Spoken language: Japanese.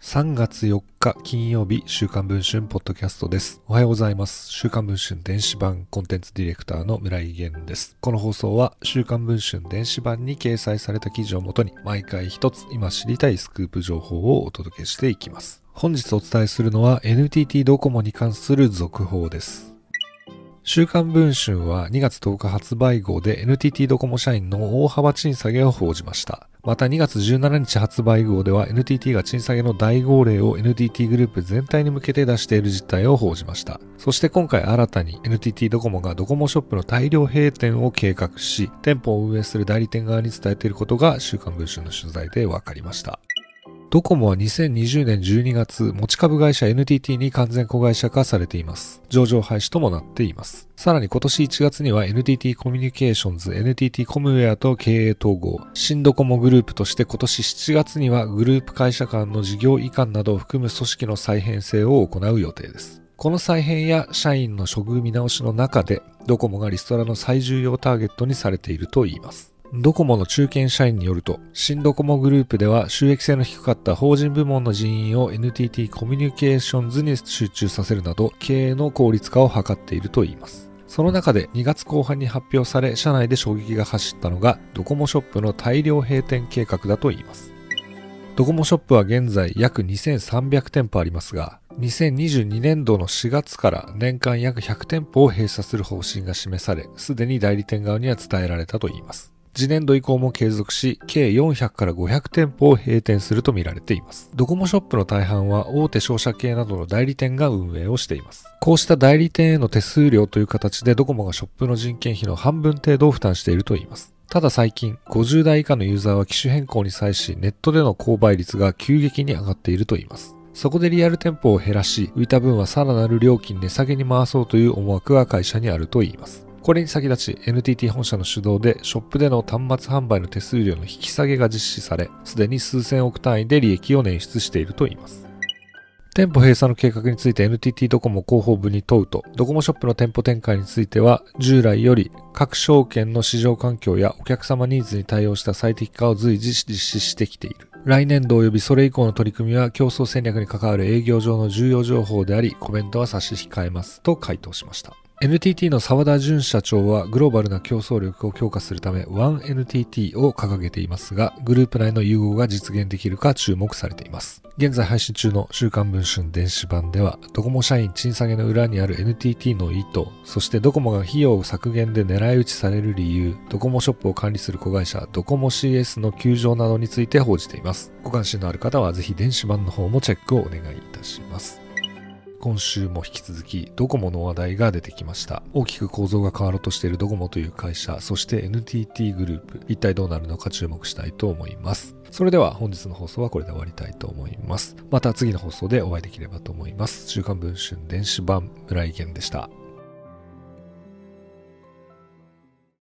3月4日金曜日、週刊文春ポッドキャストです。おはようございます。週刊文春電子版コンテンツディレクターの村井源です。この放送は週刊文春電子版に掲載された記事をもとに毎回一つ今知りたいスクープ情報をお届けしていきます。本日お伝えするのは NTT ドコモに関する続報です。週刊文春は2月10日発売号で NTT ドコモ社員の大幅賃下げを報じました。また2月17日発売号では NTT が賃下げの大号令を NTT グループ全体に向けて出している実態を報じました。そして今回新たに NTT ドコモがドコモショップの大量閉店を計画し、店舗を運営する代理店側に伝えていることが週刊文春の取材で分かりました。ドコモは2020年12月、持ち株会社 NTT に完全子会社化されています。上場廃止ともなっています。さらに今年1月には NTT コミュニケーションズ、NTT コムウェアと経営統合、新ドコモグループとして今年7月にはグループ会社間の事業移管などを含む組織の再編成を行う予定です。この再編や社員の処遇見直しの中で、ドコモがリストラの最重要ターゲットにされているといいます。ドコモの中堅社員によると、新ドコモグループでは収益性の低かった法人部門の人員を NTT コミュニケーションズに集中させるなど、経営の効率化を図っているといいます。その中で2月後半に発表され、社内で衝撃が走ったのが、ドコモショップの大量閉店計画だといいます。ドコモショップは現在約2300店舗ありますが、2022年度の4月から年間約100店舗を閉鎖する方針が示され、すでに代理店側には伝えられたといいます。次年度以降も継続し、計400から500店舗を閉店すると見られています。ドコモショップの大半は大手商社系などの代理店が運営をしています。こうした代理店への手数料という形でドコモがショップの人件費の半分程度を負担しているといいます。ただ最近、50代以下のユーザーは機種変更に際し、ネットでの購買率が急激に上がっているといいます。そこでリアル店舗を減らし、浮いた分はさらなる料金値下げに回そうという思惑が会社にあるといいます。これに先立ち NTT 本社の主導でショップでの端末販売の手数料の引き下げが実施され、すでに数千億単位で利益を捻出しているといいます。店舗閉鎖の計画について NTT ドコモ広報部に問うと、ドコモショップの店舗展開については、従来より各証券の市場環境やお客様ニーズに対応した最適化を随時実施してきている。来年度及びそれ以降の取り組みは競争戦略に関わる営業上の重要情報であり、コメントは差し控えますと回答しました。NTT の澤田純社長はグローバルな競争力を強化するため OneNTT を掲げていますが、グループ内の融合が実現できるか注目されています。現在配信中の週刊文春電子版では、ドコモ社員賃下げの裏にある NTT の意図、そしてドコモが費用削減で狙い撃ちされる理由、ドコモショップを管理する子会社ドコモ CS の休場などについて報じています。ご関心のある方はぜひ電子版の方もチェックをお願いいたします。今週も引き続きドコモの話題が出てきました。大きく構造が変わろうとしているドコモという会社、そして NTT グループ、一体どうなるのか注目したいと思います。それでは本日の放送はこれで終わりたいと思います。また次の放送でお会いできればと思います。週刊文春電子版村井源でした。